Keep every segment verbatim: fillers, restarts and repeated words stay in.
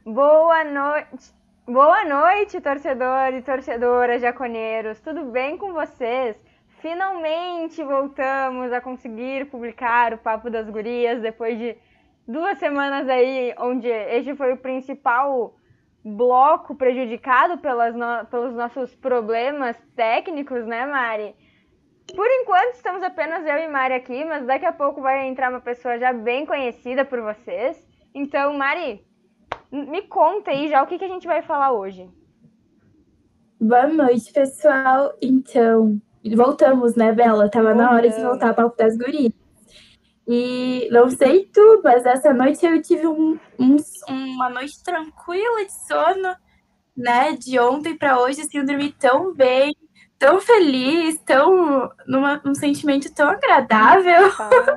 Boa noite, boa noite, torcedor e torcedora jaconeiros. Tudo bem com vocês? Finalmente voltamos a conseguir publicar o Papo das Gurias depois de duas semanas aí, onde este foi o principal bloco prejudicado pelas no... pelos nossos problemas técnicos, né, Mari? Por enquanto estamos apenas eu e Mari aqui, mas daqui a pouco vai entrar uma pessoa já bem conhecida por vocês. Então, Mari, me conta aí já o que, que a gente vai falar hoje. Boa noite, pessoal. Então, voltamos, né, Bela? Tava na hora de voltar para o Papo das Gurias. E não sei tu, mas essa noite eu tive um, um, uma noite tranquila de sono, né? De ontem para hoje, assim, eu dormi tão bem, tão feliz, tão numa, num sentimento tão agradável.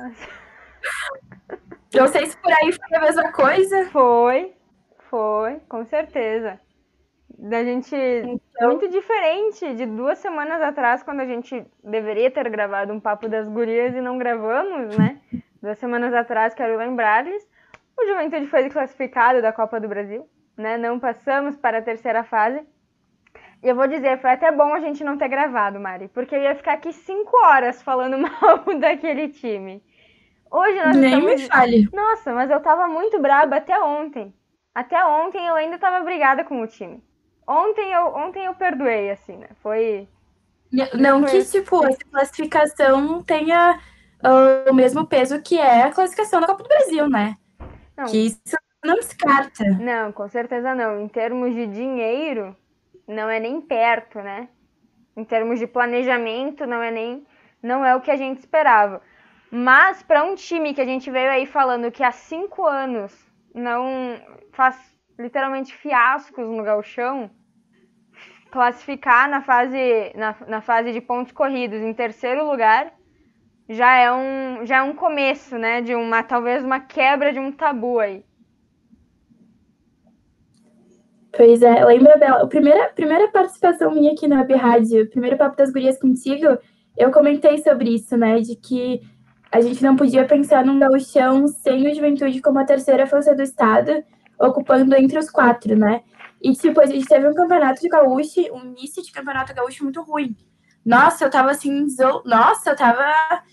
Não sei se por aí foi a mesma coisa. Foi, foi, com certeza. Da gente, então... muito diferente de duas semanas atrás, quando a gente deveria ter gravado um Papo das Gurias e não gravamos, né? Duas semanas atrás, quero lembrar-lhes, o Juventude foi classificado da Copa do Brasil, né? Não passamos para a terceira fase. E eu vou dizer, foi até bom a gente não ter gravado, Mari, porque eu ia ficar aqui cinco horas falando mal daquele time. Hoje nós Nem estamos... me fale. Nossa, mas eu tava muito braba até ontem. Até ontem eu ainda tava brigada com o time. Ontem eu, ontem eu perdoei, assim, né? Foi... Não foi... que, tipo, essa classificação tenha uh, o mesmo peso que é a classificação da Copa do Brasil, né? Não. Que isso não descarta. Não, com certeza não. Em termos de dinheiro, não é nem perto, né? Em termos de planejamento, não é nem... Não é o que a gente esperava. Mas para um time que a gente veio aí falando que há cinco anos não faz literalmente fiascos no gauchão, classificar na fase, na, na fase de pontos corridos em terceiro lugar já é um, já é um começo, né, de uma, talvez uma quebra de um tabu aí. Pois é, lembra dela, a primeira, primeira participação minha aqui na Web Rádio, o primeiro Papo das Gurias contigo, eu comentei sobre isso, né, de que a gente não podia pensar num gauchão sem o Juventude como a terceira força do estado, ocupando entre os quatro, né? E, tipo, a gente teve um campeonato de gaúcho, um início de campeonato gaúcho muito ruim. Nossa, eu tava assim, zo... nossa, eu tava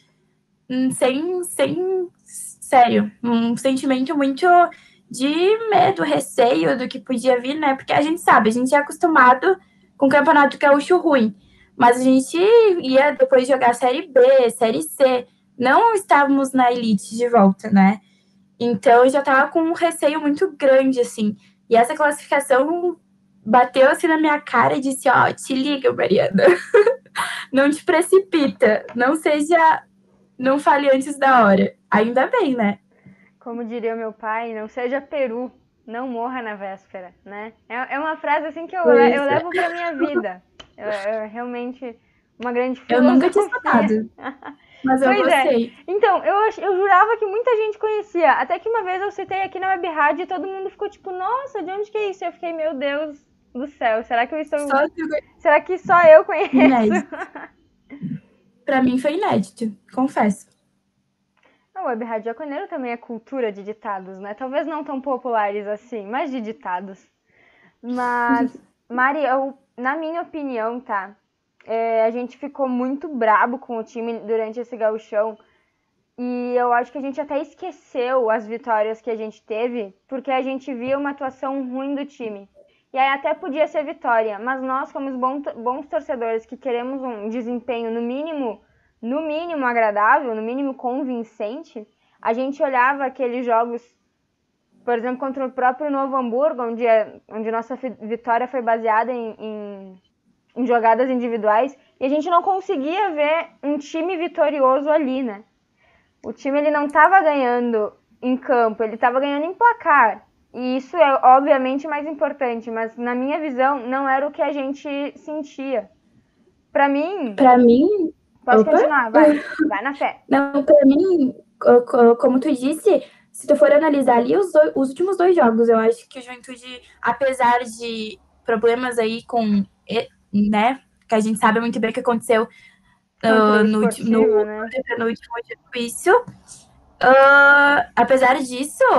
sem, sem, sério, um sentimento muito de medo, receio do que podia vir, né? Porque a gente sabe, a gente é acostumado com o campeonato gaúcho ruim, mas a gente ia depois jogar Série B, Série C, não estávamos na elite de volta, né? Então eu já tava com um receio muito grande, assim. E essa classificação bateu assim na minha cara e disse, ó, oh, te liga, Mariana. Não te precipita. Não seja... Não fale antes da hora. Ainda bem, né? Como diria o meu pai, não seja peru, não morra na véspera, né? É, é uma frase assim que eu, eu levo pra minha vida. Eu, eu realmente... Uma grande filosofia. Eu nunca tinha escutado. Mas eu pois gostei. É. Então, eu, eu jurava que muita gente conhecia. Até que uma vez eu citei aqui na Web Rádio e todo mundo ficou tipo, nossa, de onde que é isso? Eu fiquei, meu Deus do céu, será que eu estou... Só tu... Será que só eu conheço? Inédito. Pra mim foi inédito, confesso. A Web Rádio Jaconeiro também é cultura de ditados, né? Talvez não tão populares assim, mas de ditados. Mas, Mari, eu, na minha opinião, tá? É, a gente ficou muito brabo com o time durante esse gauchão e eu acho que a gente até esqueceu as vitórias que a gente teve porque a gente via uma atuação ruim do time. E aí até podia ser vitória, mas nós, como bons, bons torcedores que queremos um desempenho no mínimo, no mínimo agradável, no mínimo convincente, a gente olhava aqueles jogos, por exemplo, contra o próprio Novo Hamburgo, onde, onde nossa vitória foi baseada em... em em jogadas individuais, e a gente não conseguia ver um time vitorioso ali, né? O time ele não estava ganhando em campo, ele estava ganhando em placar. E isso é obviamente mais importante, mas na minha visão não era o que a gente sentia. Para mim... Para mim... Pode Opa. continuar, vai. Vai na fé. Não, para mim, como tu disse, se tu for analisar ali os, dois, os últimos dois jogos, eu acho que o Juventude, apesar de problemas aí com... né? Que a gente sabe muito bem o que aconteceu uh, no, esportivo, no, né? no último juízo. Uh, apesar disso,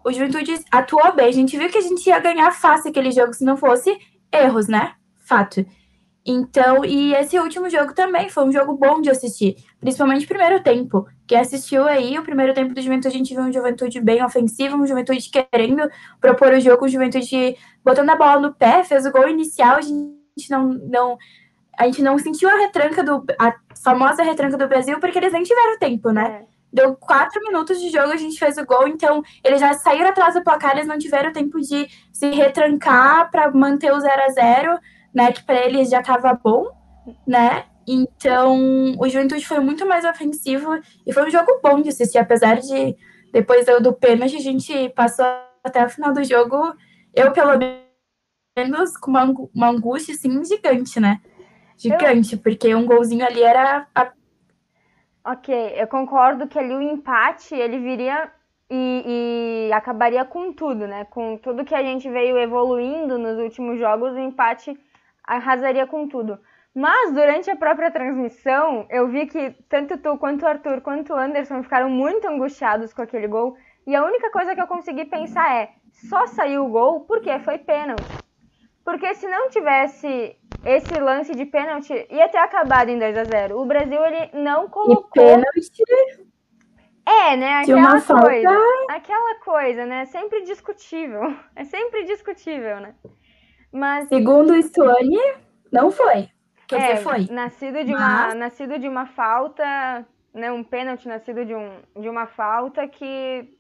o Juventude atuou bem. A gente viu que a gente ia ganhar fácil aquele jogo se não fosse erros, né? Fato. Então, e esse último jogo também foi um jogo bom de assistir, principalmente o primeiro tempo. Quem assistiu aí, o primeiro tempo do Juventude, a gente viu um Juventude bem ofensivo, um Juventude querendo propor o jogo, um Juventude botando a bola no pé, fez o gol inicial, a gente não, não, a gente não sentiu a retranca do, a famosa retranca do Brasil, porque eles nem tiveram tempo, né? É. Deu quatro minutos de jogo, a gente fez o gol, então eles já saíram atrás do placar, eles não tiveram tempo de se retrancar para manter o zero a zero, né, que para eles já estava bom, né? Então, o Juventude foi muito mais ofensivo e foi um jogo bom de assistir, apesar de depois do, do pênalti a gente passou até o final do jogo, eu pelo menos com uma, uma angústia assim gigante, né? Gigante, eu... porque um golzinho ali era a... Ok, eu concordo que ali o empate ele viria e, e acabaria com tudo, né? Com tudo que a gente veio evoluindo nos últimos jogos, o empate arrasaria com tudo. Mas durante a própria transmissão, eu vi que tanto tu, quanto o Arthur, quanto o Anderson ficaram muito angustiados com aquele gol. E a única coisa que eu consegui pensar é, só saiu o gol porque foi pênalti. Porque se não tivesse esse lance de pênalti, ia ter acabado em dois a zero. O Brasil, ele não colocou... E pênalti... É, né? Aquela coisa. Falta... Aquela coisa, né? Sempre discutível. É sempre discutível, né? Mas... Segundo o Stuani, não foi. Quer é, dizer, foi. Nascido de, Mas... uma, nascido de uma falta, né? Um pênalti nascido de, um, de uma falta que...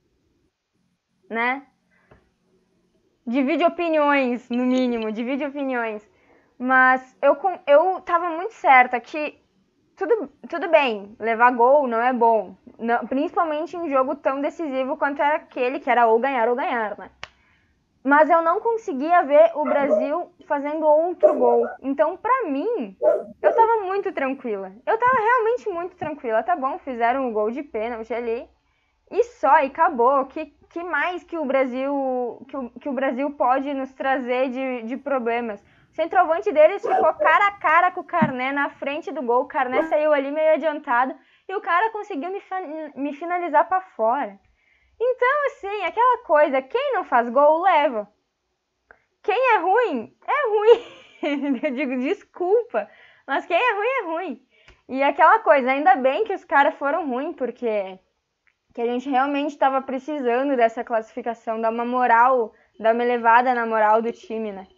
Né? Divide opiniões, no mínimo. Divide opiniões. Mas eu, eu tava muito certa que tudo, tudo bem, levar gol não é bom. Não, principalmente em um jogo tão decisivo quanto era aquele, que era ou ganhar ou ganhar, né? Mas eu não conseguia ver o Brasil fazendo outro gol. Então, pra mim, eu tava muito tranquila. Eu tava realmente muito tranquila. Tá bom, fizeram um gol de pênalti ali. E só, e acabou. Que, que mais que o Brasil que o, que o Brasil pode nos trazer de, de problemas? O centroavante deles ficou cara a cara com o Carné na frente do gol. O Carné saiu ali meio adiantado. E o cara conseguiu me, me finalizar pra fora. Então, assim, aquela coisa, quem não faz gol, leva. Quem é ruim, é ruim. Eu digo, desculpa, mas quem é ruim, é ruim. E aquela coisa, ainda bem que os caras foram ruins, porque que a gente realmente estava precisando dessa classificação, dar uma moral, dar uma elevada na moral do time, né?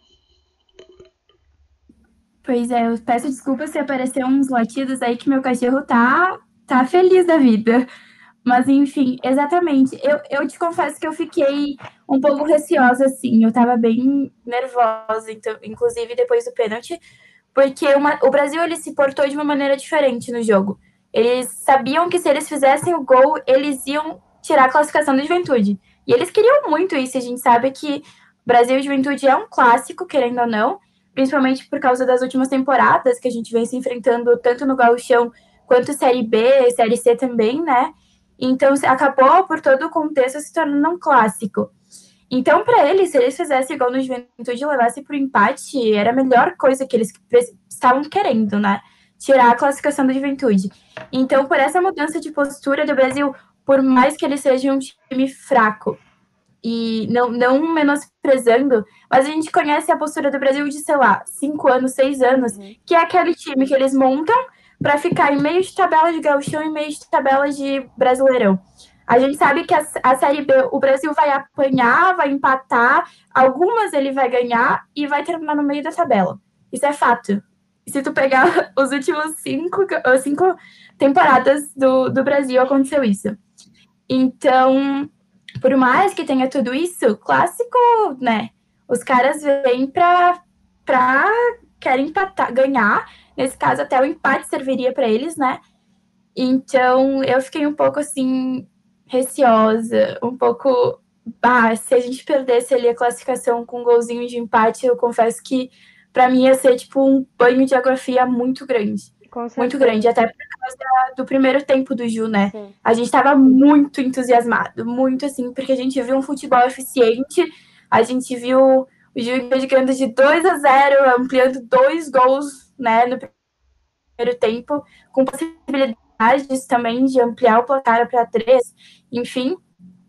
Pois é, eu peço desculpas se aparecer uns latidos aí que meu cachorro tá, tá feliz da vida. Mas, enfim, exatamente. Eu, eu te confesso que eu fiquei um pouco receosa, assim. Eu tava bem nervosa, então, inclusive depois do pênalti, porque uma, o Brasil ele se portou de uma maneira diferente no jogo. Eles sabiam que se eles fizessem o gol, eles iam tirar a classificação da Juventude. E eles queriam muito isso. A gente sabe que Brasil e Juventude é um clássico, querendo ou não, principalmente por causa das últimas temporadas que a gente vem se enfrentando tanto no Gauchão quanto Série B, Série C também, né? Então, acabou, por todo o contexto, se tornando um clássico. Então, para eles, se eles fizessem igual no Juventude e levassem para o empate, era a melhor coisa que eles estavam querendo, né? Tirar a classificação da Juventude. Então, por essa mudança de postura do Brasil, por mais que ele seja um time fraco, e não, não menosprezando, mas a gente conhece a postura do Brasil de, sei lá, cinco anos, seis anos, uhum. que é aquele time que eles montam para ficar em meio de tabela de Gauchão e meio de tabela de Brasileirão. A gente sabe que a, a Série B, o Brasil vai apanhar, vai empatar, algumas ele vai ganhar e vai terminar no meio da tabela. Isso é fato. E se tu pegar os últimos cinco, cinco temporadas do, do Brasil, aconteceu isso. Então, por mais que tenha tudo isso, clássico, né? Os caras vêm para pra querem empatar, ganhar. Nesse caso, até o empate serviria para eles, né? Então, eu fiquei um pouco, assim, receosa, um pouco... Ah, se a gente perdesse ali a classificação com um golzinho de empate, eu confesso que, para mim, ia ser, tipo, um banho de água fria muito grande. Muito grande, até por causa do primeiro tempo do Ju, né? Sim. A gente tava muito entusiasmado, muito, assim, porque a gente viu um futebol eficiente, a gente viu o Ju ganhando de dois a zero, ampliando dois gols, né, no primeiro tempo, com possibilidades também de ampliar o placar para três, enfim.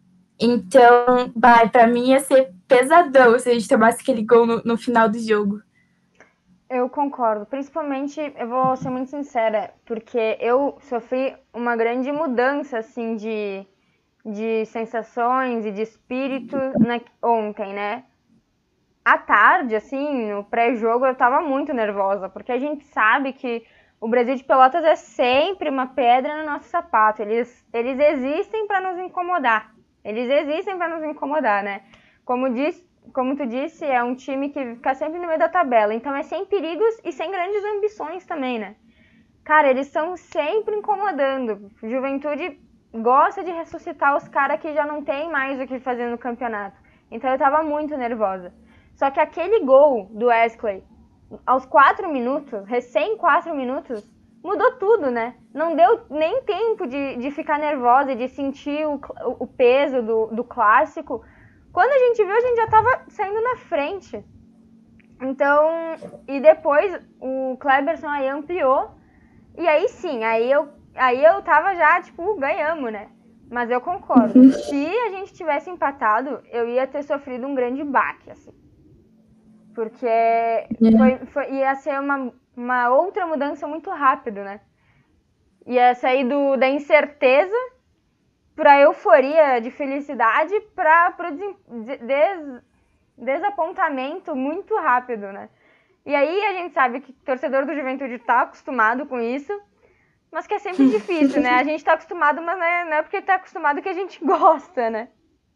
Então, vai, pra mim ia ser pesadão se a gente tomasse aquele gol no, no final do jogo. Eu concordo. Principalmente, eu vou ser muito sincera, porque eu sofri uma grande mudança, assim, de, de sensações e de espírito na, ontem, né? À tarde, assim, no pré-jogo, eu tava muito nervosa, porque a gente sabe que o Brasil de Pelotas é sempre uma pedra no nosso sapato. Eles, eles existem para nos incomodar. Eles existem para nos incomodar, né? Como diz, como tu disse, é um time que fica sempre no meio da tabela. Então é sem perigos e sem grandes ambições também, né? Cara, eles estão sempre incomodando. Juventude gosta de ressuscitar os caras que já não tem mais o que fazer no campeonato. Então eu tava muito nervosa. Só que aquele gol do Wesley, aos quatro minutos, recém quatro minutos, mudou tudo, né? Não deu nem tempo de, de ficar nervosa e de sentir o, o peso do, do clássico. Quando a gente viu, a gente já tava saindo na frente. Então, e depois o Kleberson aí ampliou. E aí sim, aí eu, aí eu tava já, tipo, ganhamos, né? Mas eu concordo. Se a gente tivesse empatado, eu ia ter sofrido um grande baque, assim. Porque foi, foi, ia ser uma, uma outra mudança muito rápido, né? Ia sair do, da incerteza pra euforia de felicidade pra, pro des, desapontamento muito rápido, né? E aí a gente sabe que o torcedor do Juventude tá acostumado com isso, mas que é sempre difícil, né? A gente tá acostumado, mas não é, não é porque tá acostumado que a gente gosta, né?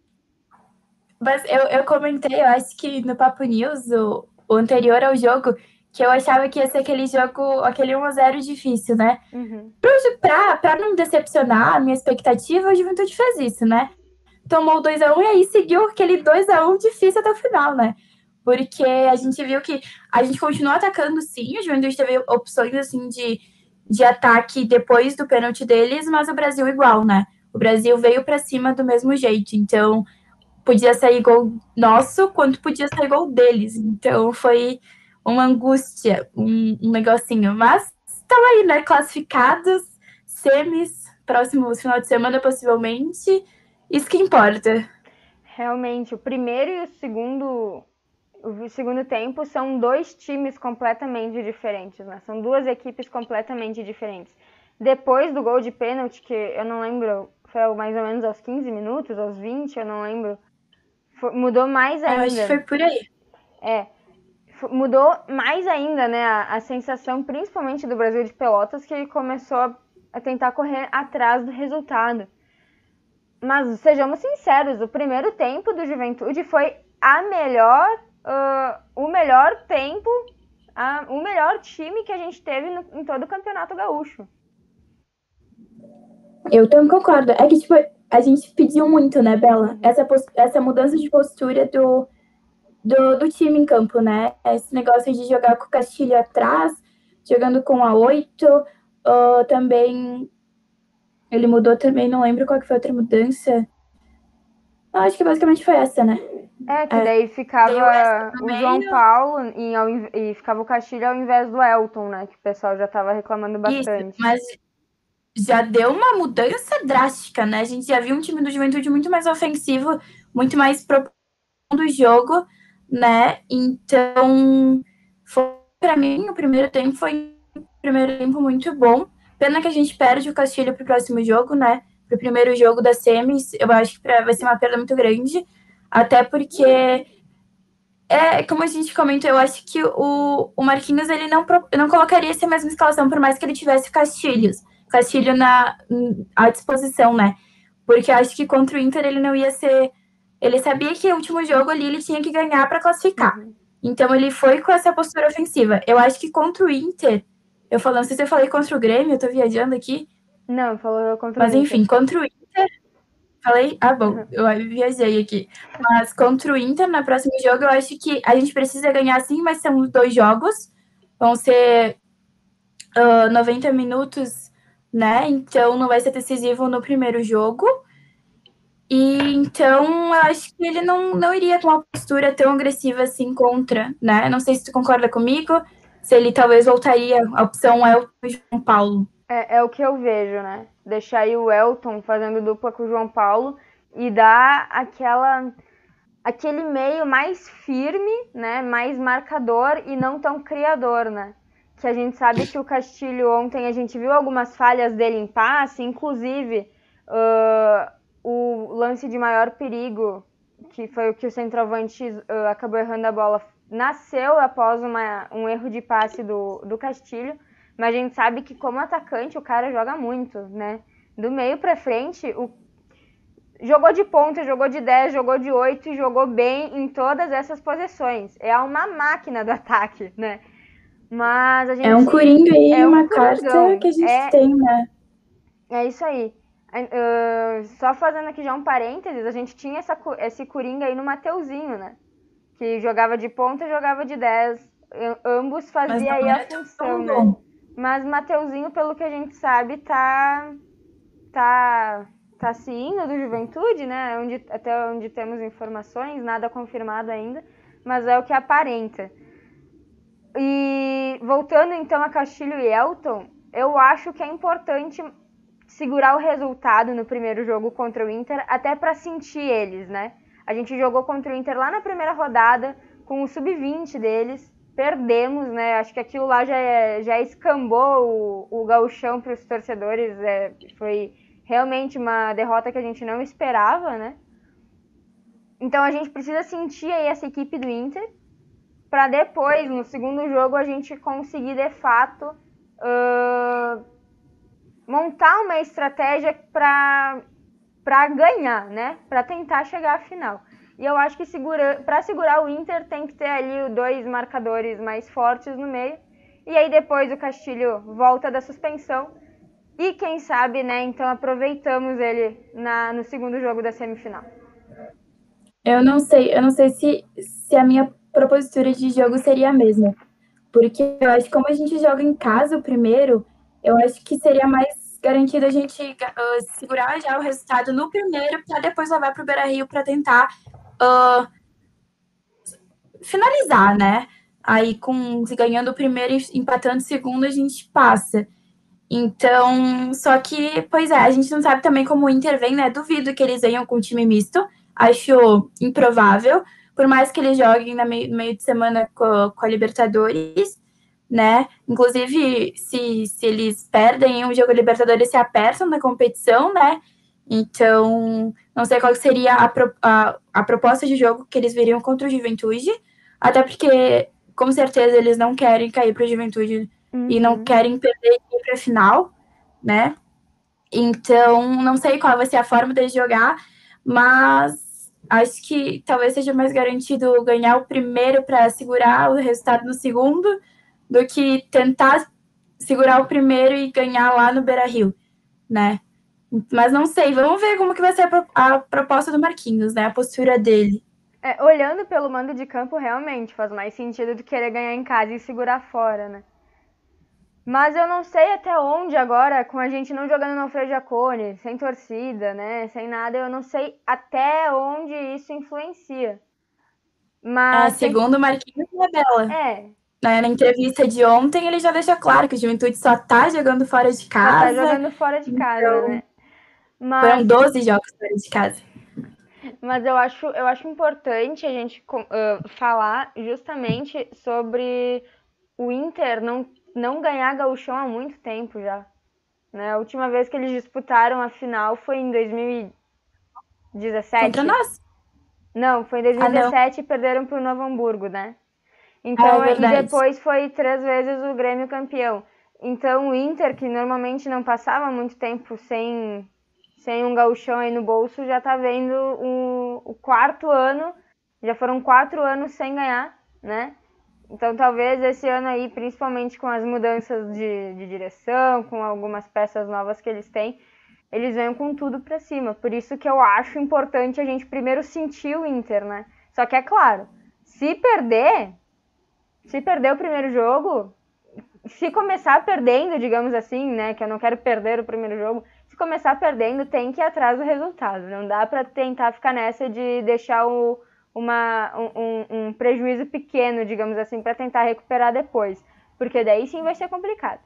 Mas eu, eu comentei, eu acho que no Papo News, o, o anterior ao jogo, que eu achava que ia ser aquele jogo, aquele um a zero difícil, né? Uhum. Pra, pra não decepcionar a minha expectativa, o Juventude fez isso, né? Tomou o dois a um e aí seguiu aquele dois a um difícil até o final, né? Porque a gente viu que a gente continuou atacando sim, o Juventude teve opções assim de, de ataque depois do pênalti deles, mas o Brasil igual, né? O Brasil veio pra cima do mesmo jeito, então podia sair gol nosso, quanto podia sair gol deles. Então foi uma angústia, um, um negocinho. Mas estão aí, né? Classificados, semis, próximo final de semana, possivelmente. Isso que importa. Realmente, o primeiro e o segundo, o segundo tempo são dois times completamente diferentes, né? São duas equipes completamente diferentes. Depois do gol de pênalti, que eu não lembro, foi mais ou menos aos quinze minutos, aos vinte, eu não lembro. Foi, mudou mais ainda. Eu acho que foi por aí. É, mudou mais ainda, né, a, a sensação, principalmente do Brasil de Pelotas, que começou a, a tentar correr atrás do resultado. Mas sejamos sinceros, o primeiro tempo do Juventude foi a melhor, uh, o melhor tempo, a, o melhor time que a gente teve no, em todo o Campeonato Gaúcho. Eu também concordo. É que, tipo, a gente pediu muito, né, Bela? Essa, essa mudança de postura do, do, do time em campo, né? Esse negócio de jogar com o Castilho atrás, jogando com a oito, uh, também... Ele mudou também, não lembro qual que foi a outra mudança. Eu acho que basicamente foi essa, né? É, que daí ficava o João Paulo e, e ficava o Castilho ao invés do Elton, né? Que o pessoal já tava reclamando bastante. Isso, mas já deu uma mudança drástica, né? A gente já viu um time do Juventude muito mais ofensivo, muito mais propondo o jogo, né? Então, foi, pra mim, o primeiro tempo foi um primeiro tempo muito bom. Pena que a gente perde o Castilho pro próximo jogo, né? Pro primeiro jogo da semis, eu acho que pra, vai ser uma perda muito grande. Até porque, é, como a gente comentou, eu acho que o, o Marquinhos ele não, não colocaria essa mesma escalação, por mais que ele tivesse Castilhos. Castilho na, à disposição, né? Porque eu acho que contra o Inter ele não ia ser... Ele sabia que o último jogo ali ele tinha que ganhar para classificar. Uhum. Então ele foi com essa postura ofensiva. Eu acho que contra o Inter... Eu falando, não sei se eu falei contra o Grêmio, eu tô viajando aqui. Não, falou contra Mas, o Inter. Mas enfim, contra o Inter... Falei? Ah, bom, uhum. eu viajei aqui. Mas contra o Inter, no próximo jogo, eu acho que a gente precisa ganhar sim, mas são dois jogos. Vão ser uh, noventa minutos, né? Então não vai ser decisivo no primeiro jogo. E então eu acho que ele não, não iria com uma postura tão agressiva assim contra, né? Não sei se tu concorda comigo, se ele talvez voltaria, a opção é o João Paulo. É, é o que eu vejo, né? Deixar aí o Elton fazendo dupla com o João Paulo. e dar aquela, aquele meio mais firme, né, mais marcador e não tão criador, né? Que a gente sabe que o Castilho ontem, a gente viu algumas falhas dele em passe, inclusive uh, o lance de maior perigo, que foi o que o centroavante uh, acabou errando a bola, nasceu após uma, um erro de passe do, do Castilho, mas a gente sabe que como atacante o cara joga muito, né? Do meio pra frente, o... jogou de ponta, jogou de dez, jogou de oito e jogou bem em todas essas posições. É uma máquina do ataque, né? Mas a gente... É um coringa aí, é um uma coringão. carta que a gente é... tem, né? É isso aí. Uh, só fazendo aqui já um parênteses, a gente tinha essa, esse coringa aí no Mateuzinho, né? Que jogava de ponta e jogava de dez. Ambos faziam aí a função, né? Mas Mateuzinho, pelo que a gente sabe, tá, tá, tá se indo do Juventude, né? Onde, até onde temos informações, nada confirmado ainda, mas é o que aparenta. E voltando então a Castilho e Elton, eu acho que é importante segurar o resultado no primeiro jogo contra o Inter, até para sentir eles, né? A gente jogou contra o Inter lá na primeira rodada, com o sub vinte deles, perdemos, né? Acho que aquilo lá já, já escambou o, o gauchão para os torcedores, é, foi realmente uma derrota que a gente não esperava, né? Então a gente precisa sentir aí essa equipe do Inter, para depois, no segundo jogo, a gente conseguir, de fato, uh, montar uma estratégia para para ganhar, né? Para tentar chegar à final. E eu acho que segura, para segurar o Inter tem que ter ali dois marcadores mais fortes no meio. E aí depois o Castilho volta da suspensão. E quem sabe, né? Então aproveitamos ele na, no segundo jogo da semifinal. Eu não sei, eu não sei se, se a minha propositura de jogo seria a mesma. Porque eu acho que como a gente joga em casa o primeiro, eu acho que seria mais garantido a gente uh, segurar já o resultado no primeiro para depois levar para o Beira-Rio para tentar uh, finalizar, né? Aí, com se ganhando o primeiro e empatando o segundo, a gente passa. Então, só que, pois é, a gente não sabe também como o Inter vem, né? Duvido que eles venham com time misto. Acho improvável. Por mais que eles joguem no meio, meio de semana com, com a Libertadores, né? Inclusive, se, se eles perdem um jogo Libertadores, se apertam na competição, né? Então, não sei qual seria a, a, a proposta de jogo que eles viriam contra o Juventude, até porque, com certeza, eles não querem cair para o Juventude uhum. e não querem perder e ir para a final, né? Então, não sei qual vai ser a forma deles jogar, mas acho que talvez seja mais garantido ganhar o primeiro para segurar o resultado no segundo do que tentar segurar o primeiro e ganhar lá no Beira-Rio, né? Mas não sei, vamos ver como que vai ser a, a proposta do Marquinhos, né? A postura dele. É, olhando pelo mando de campo, realmente faz mais sentido do que querer ganhar em casa e segurar fora, né? Mas eu não sei até onde agora, com a gente não jogando no Alfredo Jaconi, sem torcida, né? Sem nada, eu não sei até onde isso influencia. Mas... É, segundo o Marquinhos Rebela. É. Na, na entrevista de ontem, ele já deixou claro que o Juventude só tá jogando fora de casa. Só tá jogando fora de casa, então... né? Mas... Foram doze jogos fora de casa. Mas eu acho, eu acho importante a gente uh, falar justamente sobre o Inter não, não ganhar gauchão há muito tempo já. Né? A última vez que eles disputaram a final foi em dois mil e dezessete. Contra nós? Não, foi em dois mil e dezessete ah, e perderam para o Novo Hamburgo, né? Então, ah, é e depois foi três vezes o Grêmio campeão. Então o Inter, que normalmente não passava muito tempo sem... sem um gauchão aí no bolso, já tá vendo o, o quarto ano, já foram quatro anos sem ganhar, né? Então talvez esse ano aí, principalmente com as mudanças de, de direção, com algumas peças novas que eles têm, eles venham com tudo pra cima. Por isso que eu acho importante a gente primeiro sentir o Inter, né? Só que é claro, se perder, se perder o primeiro jogo, se começar perdendo, digamos assim, né? Que eu não quero perder o primeiro jogo, se começar perdendo, tem que ir atrás do resultado. Não dá para tentar ficar nessa de deixar o, uma, um, um prejuízo pequeno, digamos assim, para tentar recuperar depois. Porque daí sim vai ser complicado.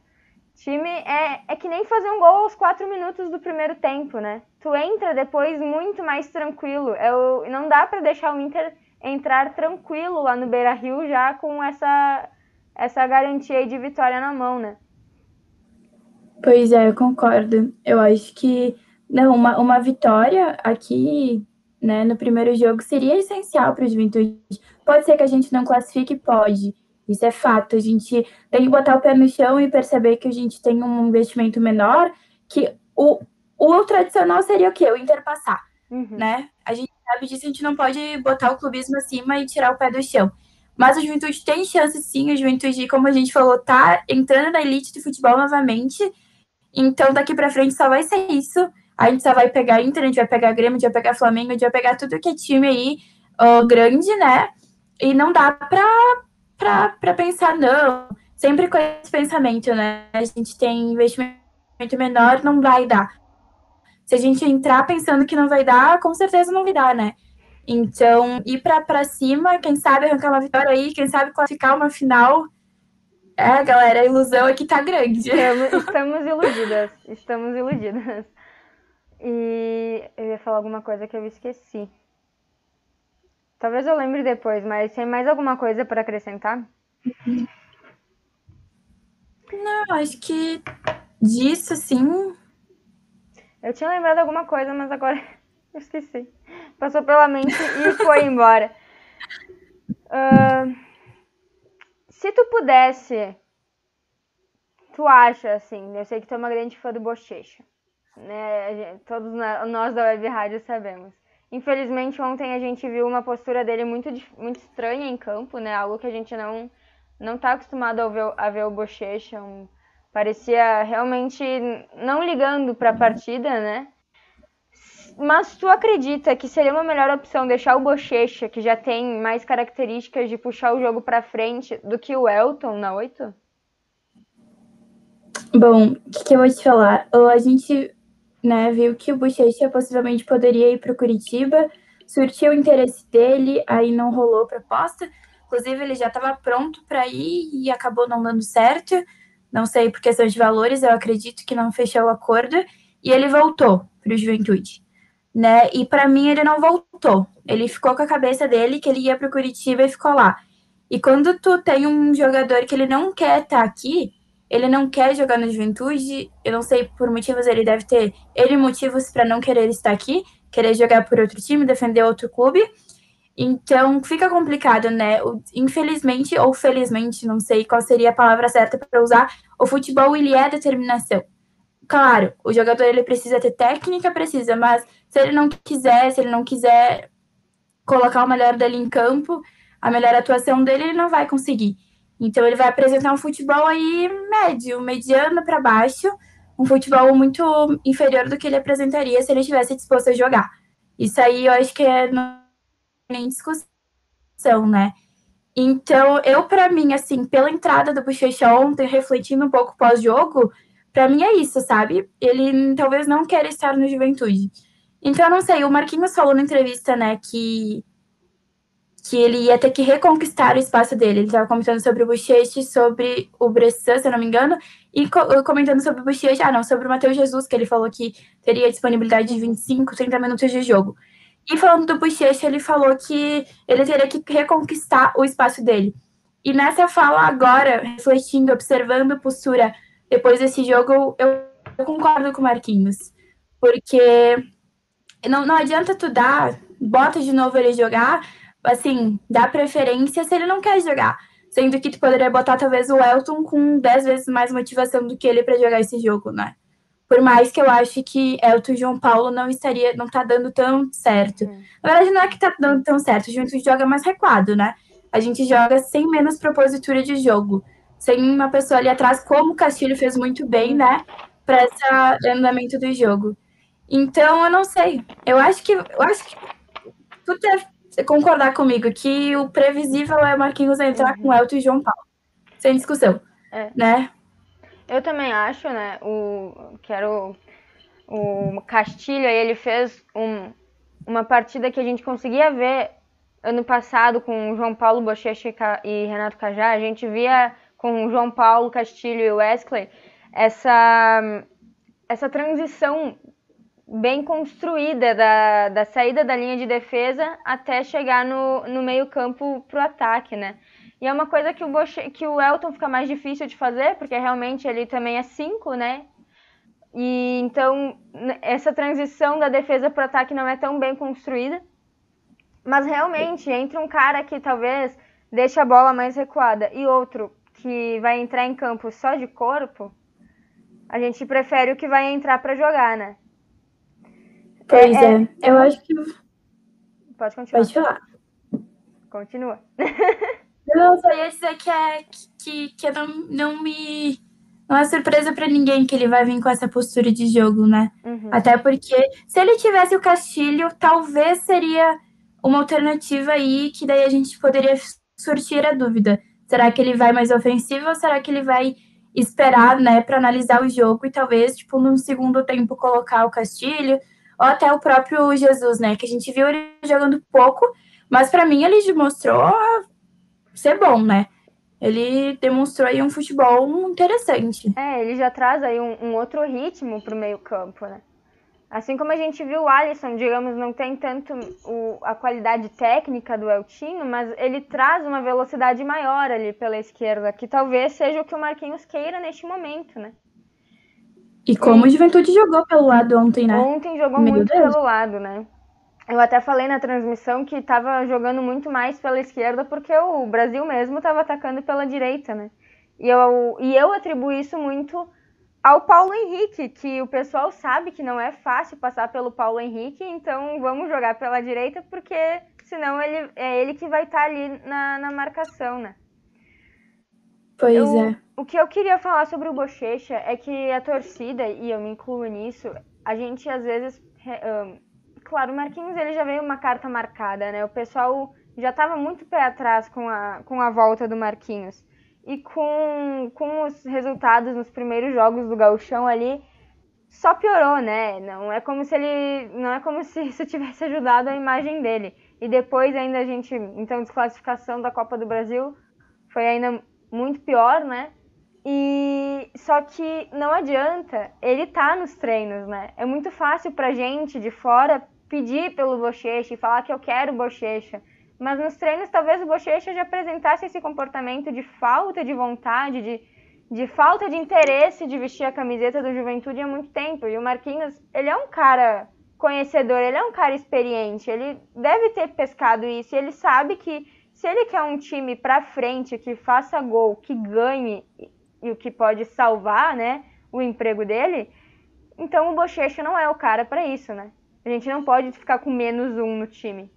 Time é, é que nem fazer um gol aos quatro minutos do primeiro tempo, né? Tu entra depois muito mais tranquilo. Eu, não dá pra deixar o Inter entrar tranquilo lá no Beira-Rio já com essa, essa garantia aí de vitória na mão, né? Pois é, eu concordo. Eu acho que não, uma, uma vitória aqui, né, no primeiro jogo seria essencial para o Juventude. Pode ser que a gente não classifique, pode. Isso é fato. A gente tem que botar o pé no chão e perceber que a gente tem um investimento menor, que o, o tradicional seria o quê? O Inter passar, Uhum. né? A gente sabe disso, a gente não pode botar o clubismo acima e tirar o pé do chão. Mas a Juventude tem chance sim, a Juventude, como a gente falou, tá entrando na elite do futebol novamente. Então, daqui pra frente só vai ser isso. A gente só vai pegar Inter, a gente vai pegar Grêmio, a gente vai pegar Flamengo, a gente vai pegar tudo que é time aí ó, grande, né? E não dá pra, pra, pra pensar, não. Sempre com esse pensamento, né? A gente tem investimento menor, não vai dar. Se a gente entrar pensando que não vai dar, com certeza não vai dar, né? Então, ir pra, pra cima, quem sabe arrancar uma vitória aí, quem sabe classificar uma final. É, galera, a ilusão aqui tá grande. Estamos, estamos iludidas. Estamos iludidas. E eu ia falar alguma coisa que eu esqueci. Talvez eu lembre depois, mas tem mais alguma coisa para acrescentar? Não, acho que disso, sim. Eu tinha lembrado alguma coisa, mas agora eu esqueci. Passou pela mente e foi embora. Uh, se tu pudesse, tu acha, assim, eu sei que tu é uma grande fã do Bochecha, né? Gente, todos nós da Web Rádio sabemos. Infelizmente, ontem a gente viu uma postura dele muito, muito estranha em campo, né? Algo que a gente não, não tá acostumado a ver, a ver o Bochecha. Um, parecia realmente não ligando para a partida, né? Mas tu acredita que seria uma melhor opção deixar o Bochecha, que já tem mais características de puxar o jogo para frente, do que o Elton na oito? Bom, o que, que eu vou te falar? A gente, né, viu que o Bochecha possivelmente poderia ir para o Curitiba, surtiu o interesse dele, aí não rolou proposta. Inclusive, ele já estava pronto para ir e acabou não dando certo. Não sei por questão de valores, eu acredito que não fechou o acordo. E ele voltou para o Juventude, né? E para mim ele não voltou. Ele ficou com a cabeça dele que ele ia para o Curitiba e ficou lá. E quando tu tem um jogador que ele não quer estar tá aqui, ele não quer jogar na Juventude, eu não sei por motivos, ele deve ter ele motivos para não querer estar aqui, querer jogar por outro time, defender outro clube. Então fica complicado, né? Infelizmente ou felizmente, não sei qual seria a palavra certa para usar, o futebol ele é determinação. Claro, o jogador ele precisa ter técnica, precisa, mas se ele não quiser, se ele não quiser colocar o melhor dele em campo, a melhor atuação dele, ele não vai conseguir. Então ele vai apresentar um futebol aí médio, mediano para baixo, um futebol muito inferior do que ele apresentaria se ele estivesse disposto a jogar. Isso aí eu acho que é não nem discussão, né? Então, eu para mim, assim, pela entrada do Bochecha ontem, refletindo um pouco pós-jogo, para mim é isso, sabe? Ele talvez não queira estar no Juventude. Então, eu não sei, o Marquinhos falou na entrevista, né, que que ele ia ter que reconquistar o espaço dele. Ele estava comentando sobre o Bochecha, sobre o Bressan, se eu não me engano, e co comentando sobre o Bochecha, ah, não, sobre o Matheus Jesus, que ele falou que teria disponibilidade de vinte e cinco, trinta minutos de jogo. E falando do Bochecha, ele falou que ele teria que reconquistar o espaço dele. E nessa fala agora, refletindo, observando a postura depois desse jogo, eu, eu concordo com o Marquinhos. Porque não, não adianta tu dar, bota de novo ele jogar, assim, dá preferência se ele não quer jogar. Sendo que tu poderia botar talvez o Elton com dez vezes mais motivação do que ele para jogar esse jogo, né? Por mais que eu ache que Elton e João Paulo não estaria, não tá dando tão certo. Hum. Na verdade, não é que tá dando tão certo, a gente joga mais recuado, né? A gente joga sem menos propositura de jogo, sem uma pessoa ali atrás, como o Castilho fez muito bem, né? Para esse andamento do jogo. Então, eu não sei. Eu acho que, eu acho que tu deve concordar comigo que o previsível é o Marquinhos entrar uhum. com Elton e João Paulo. Sem discussão, é. Né? Eu também acho, né, o, que era o, o Castilho, ele fez um, uma partida que a gente conseguia ver ano passado com o João Paulo, Bochecha e Renato Cajá. A gente via com o João Paulo, Castilho e Wesley essa, essa transição bem construída da, da saída da linha de defesa até chegar no, no meio campo pro ataque, né? E é uma coisa que o, Boche, que o Elton fica mais difícil de fazer, porque realmente ele também é cinco, né? E então essa transição da defesa pro ataque não é tão bem construída. Mas realmente, entre um cara que talvez deixe a bola mais recuada e outro que vai entrar em campo só de corpo, a gente prefere o que vai entrar para jogar, né? Pois é, é, é eu uma... acho que... Pode continuar. Pode falar. Continua. Eu só ia dizer que, é, que, que não, não me... Não é surpresa para ninguém que ele vai vir com essa postura de jogo, né? Uhum. Até porque, se ele tivesse o Castilho, talvez seria uma alternativa aí que daí a gente poderia surtir a dúvida. Será que ele vai mais ofensivo ou será que ele vai esperar, né, para analisar o jogo e talvez, tipo, no segundo tempo colocar o Castilho ou até o próprio Jesus, né? Que a gente viu ele jogando pouco, mas para mim ele demonstrou ser bom, né? Ele demonstrou aí um futebol interessante. É, ele já traz aí um, um outro ritmo pro meio campo, né? Assim como a gente viu o Alisson, digamos, não tem tanto o, a qualidade técnica do Eltinho, mas ele traz uma velocidade maior ali pela esquerda, que talvez seja o que o Marquinhos queira neste momento, né? E como e... o Juventude jogou pelo lado ontem, né? Ontem jogou Meu muito Deus. pelo lado, né? Eu até falei na transmissão que estava jogando muito mais pela esquerda porque o Brasil mesmo estava atacando pela direita, né? E eu, e eu atribuo isso muito ao Paulo Henrique, que o pessoal sabe que não é fácil passar pelo Paulo Henrique, então vamos jogar pela direita porque senão ele, é ele que vai estar tá ali na, na marcação, né? Pois eu, é. O que eu queria falar sobre o Bochecha é que a torcida, e eu me incluo nisso, a gente às vezes... Um, Claro, o Marquinhos ele já veio uma carta marcada, né? O pessoal já estava muito pé atrás com a, com a volta do Marquinhos. E com, com os resultados nos primeiros jogos do Gauchão ali, só piorou, né? Não é como se ele. Não é como se isso tivesse ajudado a imagem dele. E depois ainda a gente. Então, desclassificação da Copa do Brasil foi ainda muito pior, né? E só que não adianta, ele tá nos treinos, né? É muito fácil pra gente de fora pedir pelo Bochecha e falar que eu quero o Bochecha. Mas nos treinos talvez o Bochecha já apresentasse esse comportamento de falta de vontade, de, de falta de interesse de vestir a camiseta do Juventude há muito tempo. E o Marquinhos, ele é um cara conhecedor, ele é um cara experiente, ele deve ter pescado isso. E ele sabe que se ele quer um time pra frente, que faça gol, que ganhe e o que pode salvar, né, o emprego dele, então o Bochecha não é o cara para isso, né? A gente não pode ficar com menos um no time.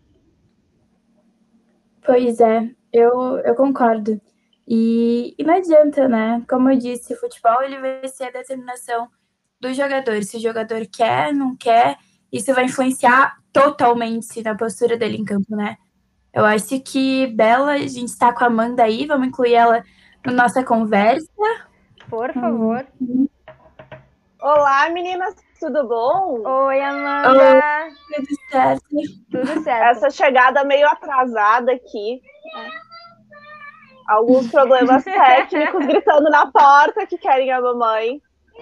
Pois é, eu, eu concordo. E, e não adianta, né? Como eu disse, o futebol ele vai ser a determinação do jogador. Se o jogador quer, não quer, isso vai influenciar totalmente na postura dele em campo, né? Eu acho que Bela, a gente está com a Amanda aí, vamos incluir ela na nossa conversa. Por favor. Hum. Olá, meninas, tudo bom? Oi, Amanda. Oi, tudo certo? Tudo certo. Essa chegada meio atrasada aqui. Né? Alguns problemas técnicos gritando na porta que querem a mamãe.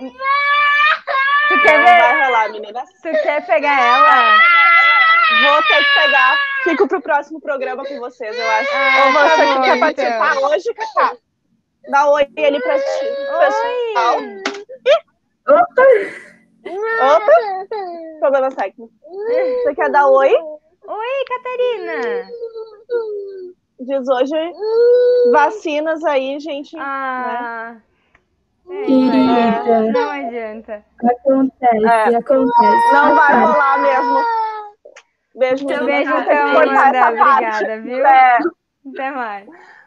Tu quer Não ver? vai rolar, meninas. Tu quer pegar ela? Vou ter que pegar. Fico pro próximo programa com vocês, eu acho. Ah, Ou você tá que bom, quer participar então. hoje, Cacá? Dá oi ali pra ti, pessoal. Oi! Opa! Opa! Problemas técnicos. Você quer dar oi? Oi, Catarina! Diz hoje vacinas aí, gente. Ah, né? é, Querida. não adianta. Acontece, É. acontece. Não vai rolar mesmo. Beijo, Então, meninas. Beijo Vou ter que então, cortar Amanda. essa parte. Obrigada, viu? É. Até mais.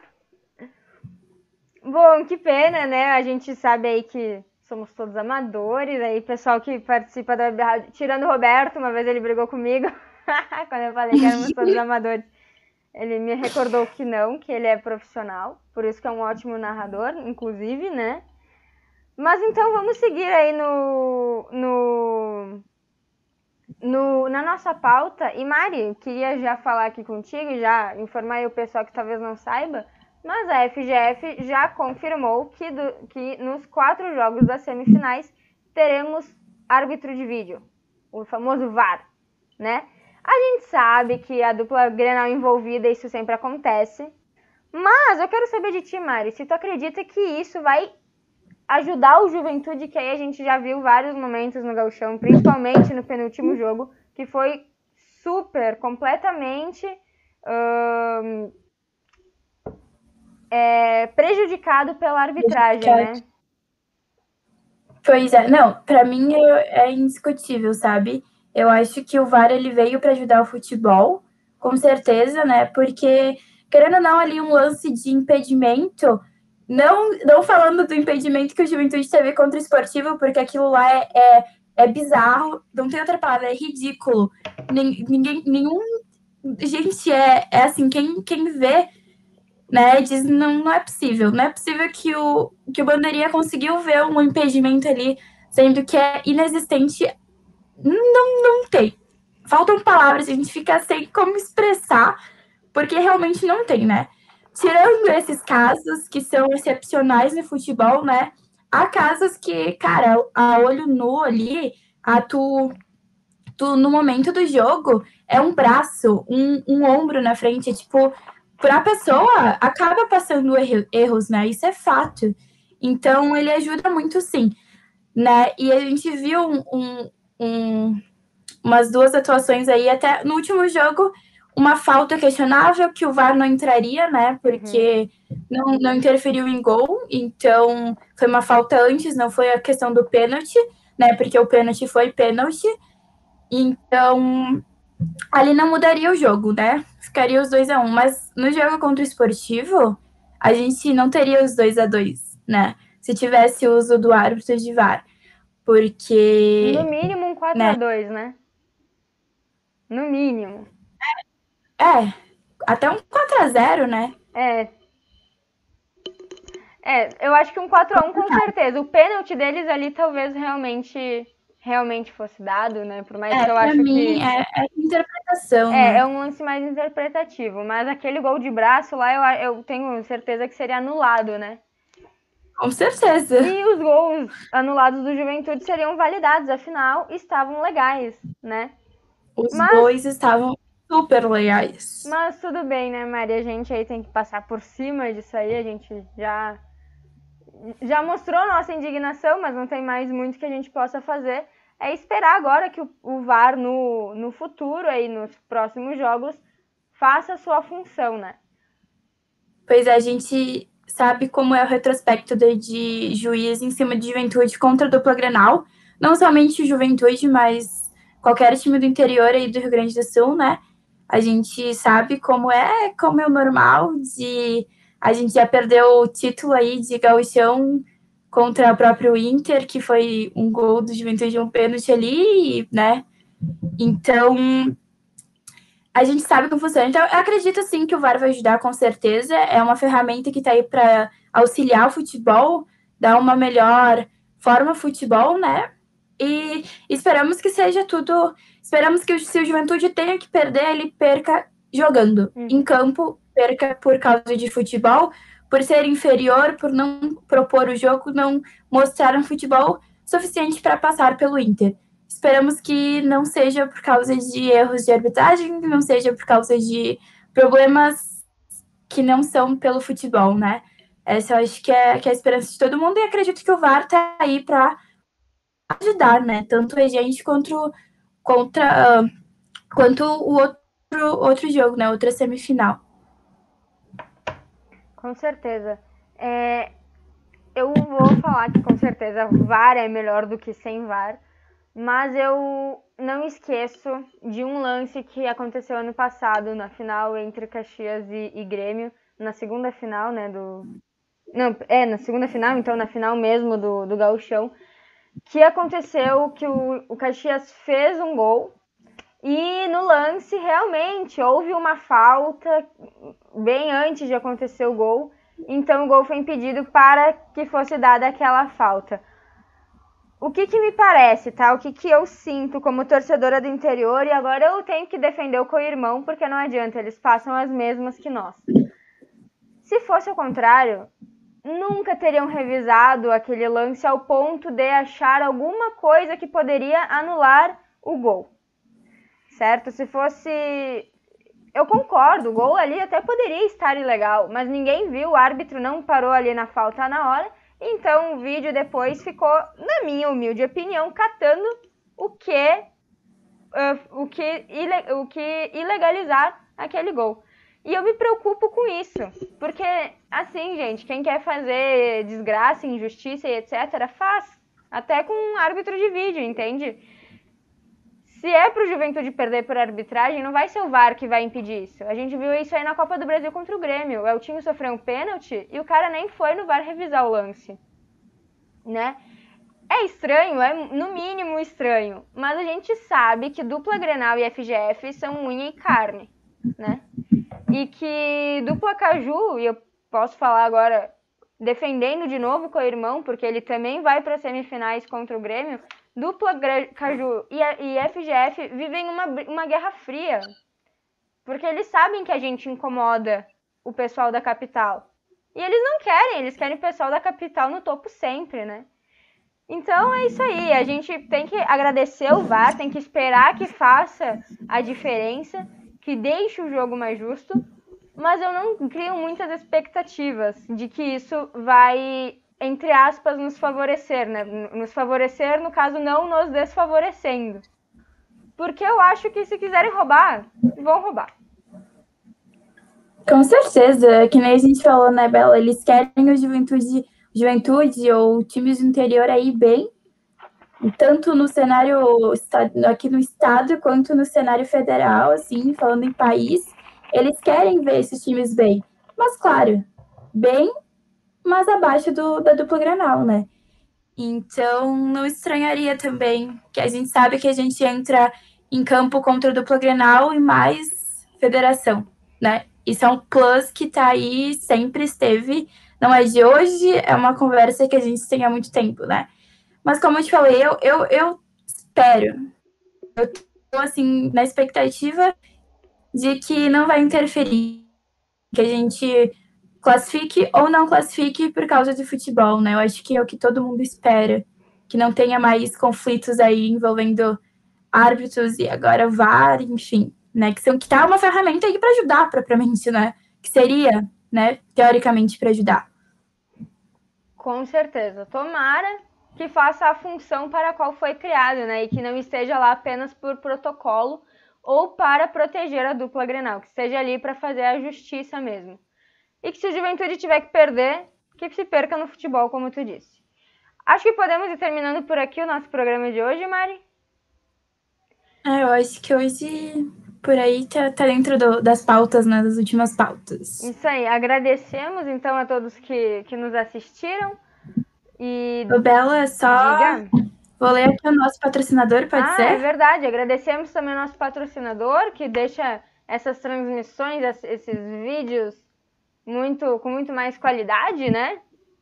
Bom, que pena, né? A gente sabe aí que somos todos amadores, aí pessoal que participa da Web Rádio, tirando o Roberto, uma vez ele brigou comigo, quando eu falei que éramos todos amadores. Ele me recordou que não, que ele é profissional, por isso que é um ótimo narrador, inclusive, né? Mas então vamos seguir aí no, no, no, na nossa pauta. E Mari, queria já falar aqui contigo, já informar aí o pessoal que talvez não saiba, Mas a F G F já confirmou que, do, que nos quatro jogos das semifinais teremos árbitro de vídeo, o famoso V A R, né? A gente sabe que a dupla Grenal envolvida, isso sempre acontece. Mas eu quero saber de ti, Mari, se tu acredita que isso vai ajudar o Juventude, que aí a gente já viu vários momentos no Gauchão, principalmente no penúltimo jogo, que foi super, completamente hum, é, prejudicado pela arbitragem, né? Pois é, não, pra mim é, é indiscutível, sabe? Eu acho que o V A R ele veio para ajudar o futebol, com certeza, né? Porque, querendo ou não, ali um lance de impedimento, não, não falando do impedimento que o Juventude teve contra o Esportivo, porque aquilo lá é, é, é bizarro, não tem outra palavra, é ridículo. Ninguém, nenhum. Gente, é, é assim, quem, quem vê, né, diz não, não é possível. Não é possível que o, que o Bandeirinha conseguiu ver um impedimento ali, sendo que é inexistente. Não, não tem. Faltam palavras, a gente fica sem como expressar, porque realmente não tem, né? Tirando esses casos que são excepcionais no futebol, né? Há casos que, cara, a olho nu ali, a tu, tu no momento do jogo, é um braço, um, um ombro na frente, tipo, pra pessoa, acaba passando erro, erros, né? Isso é fato. Então, ele ajuda muito, sim, né? E a gente viu um, um, um umas duas atuações aí, até no último jogo, uma falta questionável que o V A R não entraria, né? Porque uhum. não, não interferiu em gol, então foi uma falta antes, não foi a questão do pênalti, né? Porque o pênalti foi pênalti, então ali não mudaria o jogo, né? Ficaria os dois a um, mas no jogo contra o Esportivo, a gente não teria os dois a dois, né? Se tivesse o uso do árbitro de V A R, porque... No mínimo um quatro a dois, né? né? No mínimo. É, até um quatro a zero, né? É. É, eu acho que um quatro a um com certeza. O pênalti deles ali talvez realmente realmente fosse dado, né? Por mais é, que eu acho mim, que... É, é interpretação, É, né? é um lance mais interpretativo. Mas aquele gol de braço lá, eu, eu tenho certeza que seria anulado, né? Com certeza. E os gols anulados do Juventude seriam validados, afinal, estavam legais, né? Os mas, dois estavam super legais. Mas tudo bem, né, Maria? A gente aí tem que passar por cima disso aí. A gente já, já mostrou nossa indignação, mas não tem mais muito que a gente possa fazer. É esperar agora que o, o V A R no, no futuro, aí, nos próximos jogos, faça a sua função, né? Pois é, a gente sabe como é o retrospecto de, de juiz em cima de Juventude contra a dupla Grenal. Não somente o Juventude, mas qualquer time do interior aí do Rio Grande do Sul, né? A gente sabe como é, como é o normal de... A gente já perdeu o título aí de gauchão contra o próprio Inter, que foi um gol do Juventude, um pênalti ali, né? Então, a gente sabe como funciona. Então, eu acredito, sim, que o V A R vai ajudar, com certeza. É uma ferramenta que está aí para auxiliar o futebol, dar uma melhor forma ao futebol, né? E esperamos que seja tudo... Esperamos que se o Juventude tenha que perder, ele perca jogando. Uhum. Em campo, perca por causa de futebol, por ser inferior, por não propor o jogo, não mostrar um futebol suficiente para passar pelo Inter. Esperamos que não seja por causa de erros de arbitragem, não seja por causa de problemas que não são pelo futebol, né? Essa eu acho que é, que é a esperança de todo mundo, e acredito que o V A R tá aí para ajudar, né? Tanto a gente quanto, contra, uh, quanto o outro, outro jogo, né? Outra semifinal. Com certeza. É, eu vou falar que com certeza V A R é melhor do que sem V A R, mas eu não esqueço de um lance que aconteceu ano passado na final entre Caxias e, e Grêmio, na segunda final, né, do... Não, é, na segunda final, então na final mesmo do, do Gauchão, que aconteceu que o, o Caxias fez um gol e no lance realmente houve uma falta bem antes de acontecer o gol, então o gol foi impedido para que fosse dada aquela falta. O que que me parece, tá? O que que eu sinto como torcedora do interior, e agora eu tenho que defender o co-irmão, porque não adianta, eles passam as mesmas que nós. Se fosse ao contrário, nunca teriam revisado aquele lance ao ponto de achar alguma coisa que poderia anular o gol. Certo? Se fosse... Eu concordo, o gol ali até poderia estar ilegal, mas ninguém viu, o árbitro não parou ali na falta na hora, então o vídeo depois ficou, na minha humilde opinião, catando o que, uh, o que, ile, o que ilegalizar aquele gol. E eu me preocupo com isso, porque, assim, gente, quem quer fazer desgraça, injustiça e etcétera, faz, até com um árbitro de vídeo, entende? Se é pro Juventude perder por arbitragem, não vai ser o V A R que vai impedir isso. A gente viu isso aí na Copa do Brasil contra o Grêmio. O Eltinho sofreu um pênalti e o cara nem foi no V A R revisar o lance, né? É estranho, é no mínimo estranho, mas a gente sabe que dupla Grenal e F G F são unha e carne, né? E que dupla Caju, e eu posso falar agora defendendo de novo com o irmão, porque ele também vai para semifinais contra o Grêmio, dupla Caju e F G F vivem uma, uma guerra fria, porque eles sabem que a gente incomoda o pessoal da capital. E eles não querem, eles querem o pessoal da capital no topo sempre, né? Então é isso aí, a gente tem que agradecer o V A R, tem que esperar que faça a diferença, que deixe o jogo mais justo, mas eu não crio muitas expectativas de que isso vai, entre aspas, nos favorecer, né? Nos favorecer, no caso, não nos desfavorecendo. Porque eu acho que se quiserem roubar, vão roubar. Com certeza, que nem a gente falou, né, Bela? Eles querem o Juventude, Juventude ou times do interior aí bem, tanto no cenário aqui no estado, quanto no cenário federal, assim, falando em país. Eles querem ver esses times bem. Mas, claro, bem, mas abaixo do, da dupla Grenal, né? Então, não estranharia também, que a gente sabe que a gente entra em campo contra a dupla Grenal e mais federação, né? Isso é um plus que tá aí, sempre esteve. Não é de hoje, é uma conversa que a gente tem há muito tempo, né? Mas como eu te falei, eu, eu, eu espero. Eu tô, assim, na expectativa de que não vai interferir, que a gente classifique ou não classifique por causa de futebol, né? Eu acho que é o que todo mundo espera, que não tenha mais conflitos aí envolvendo árbitros e agora V A R, enfim, né? Que, são, que tá uma ferramenta aí para ajudar propriamente, né? Que seria, né, teoricamente para ajudar. Com certeza. Tomara que faça a função para a qual foi criado, né? E que não esteja lá apenas por protocolo ou para proteger a dupla Grenal, que esteja ali para fazer a justiça mesmo. E que se o Juventude tiver que perder, que se perca no futebol, como tu disse. Acho que podemos ir terminando por aqui o nosso programa de hoje, Mari? É, eu acho que hoje, por aí, tá, tá dentro do, das pautas, né, das últimas pautas. Isso aí, agradecemos então a todos que, que nos assistiram. E... Ô, Bela, só... Diga. Vou ler aqui o nosso patrocinador, pode ah, ser? É verdade, agradecemos também ao nosso patrocinador, que deixa essas transmissões, esses vídeos muito, com muito mais qualidade, né?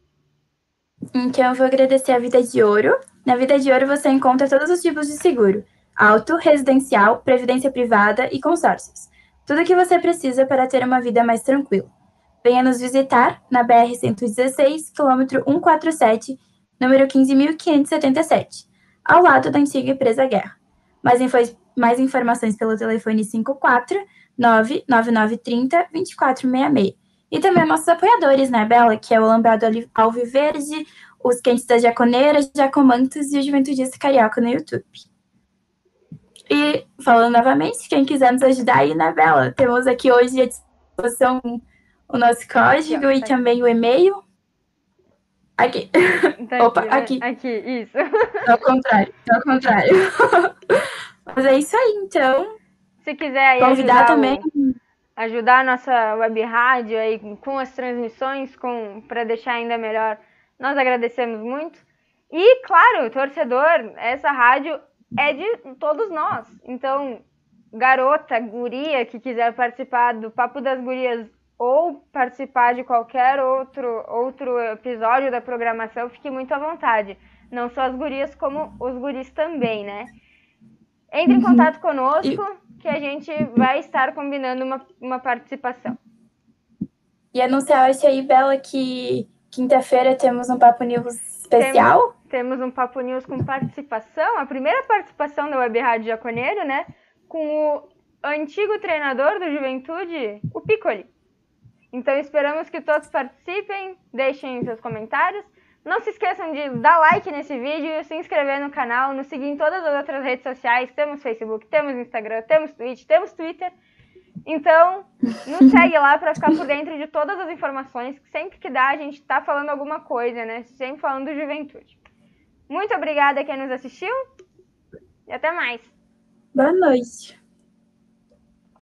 Então eu vou agradecer a Vida de Ouro. Na Vida de Ouro você encontra todos os tipos de seguro: auto, residencial, previdência privada e consórcios. Tudo o que você precisa para ter uma vida mais tranquila. Venha nos visitar na B R cento e dezesseis, quilômetro cento e quarenta e sete, número quinze mil quinhentos e setenta e sete, ao lado da antiga empresa Guerra. Mais, info mais informações pelo telefone cinco quatro nove nove nove três zero dois quatro seis seis. E também nossos apoiadores, né, Bela? Que é o Lambrado Alviverde, os Quentes da Jaconeira, Jacomantos e o Juventudista Carioca no YouTube. E, falando novamente, quem quiser nos ajudar aí, né, Bela? Temos aqui hoje à disposição o nosso código aqui, ó, e tá também aqui o e-mail. Aqui. Tá Opa, aqui, aqui. Né? Aqui, isso. Ao contrário, ao contrário. Mas é isso aí, então. Se quiser aí convidar também... O... ajudar a nossa web rádio aí com as transmissões, com para deixar ainda melhor, nós agradecemos muito. E, claro, torcedor, essa rádio é de todos nós. Então, garota, guria que quiser participar do Papo das Gurias ou participar de qualquer outro, outro episódio da programação, fique muito à vontade. Não só as gurias, como os guris também, né? Entre em contato conosco, que a gente vai estar combinando uma, uma participação. E anunciar, eu achei, Bela, que quinta-feira temos um Papo News especial. Temos, temos um Papo News com participação, a primeira participação da Web Rádio Jaconeiro, né? Com o antigo treinador do Juventude, o Piccoli. Então esperamos que todos participem, deixem seus comentários. Não se esqueçam de dar like nesse vídeo, se inscrever no canal, nos seguir em todas as outras redes sociais. Temos Facebook, temos Instagram, temos Twitch, temos Twitter. Então, nos segue lá para ficar por dentro de todas as informações, que sempre que dá a gente tá falando alguma coisa, né? Sempre falando do Juventude. Muito obrigada a quem nos assistiu e até mais. Boa noite.